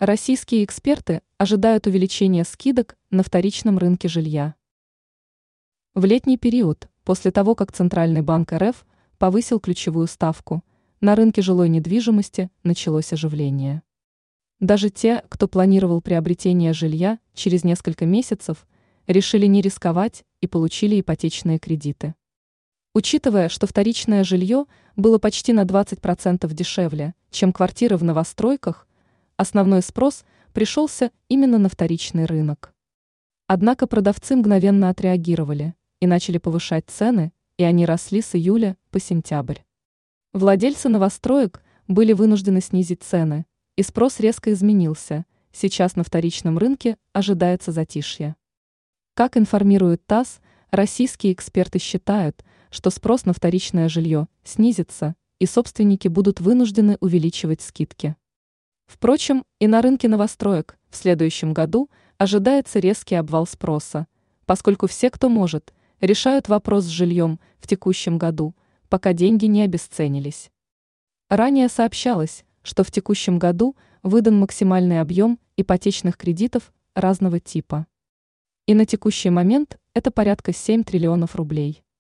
Российские эксперты ожидают увеличения скидок на вторичном рынке жилья. В летний период, после того, как Центральный банк РФ повысил ключевую ставку, на рынке жилой недвижимости началось оживление. Даже те, кто планировал приобретение жилья через несколько месяцев, решили не рисковать и получили ипотечные кредиты. Учитывая, что вторичное жилье было почти на 20% дешевле, чем квартиры в новостройках, основной спрос пришелся именно на вторичный рынок. Однако продавцы мгновенно отреагировали и начали повышать цены, и они росли с июля по сентябрь. Владельцы новостроек были вынуждены снизить цены, и спрос резко изменился. Сейчас на вторичном рынке ожидается затишье. Как информирует ТАСС, российские эксперты считают, что спрос на вторичное жилье снизится, и собственники будут вынуждены увеличивать скидки. Впрочем, и на рынке новостроек в следующем году ожидается резкий обвал спроса, поскольку все, кто может, решают вопрос с жильем в текущем году, пока деньги не обесценились. Ранее сообщалось, что в текущем году выдан максимальный объем ипотечных кредитов разного типа. И на текущий момент это порядка 7 триллионов рублей.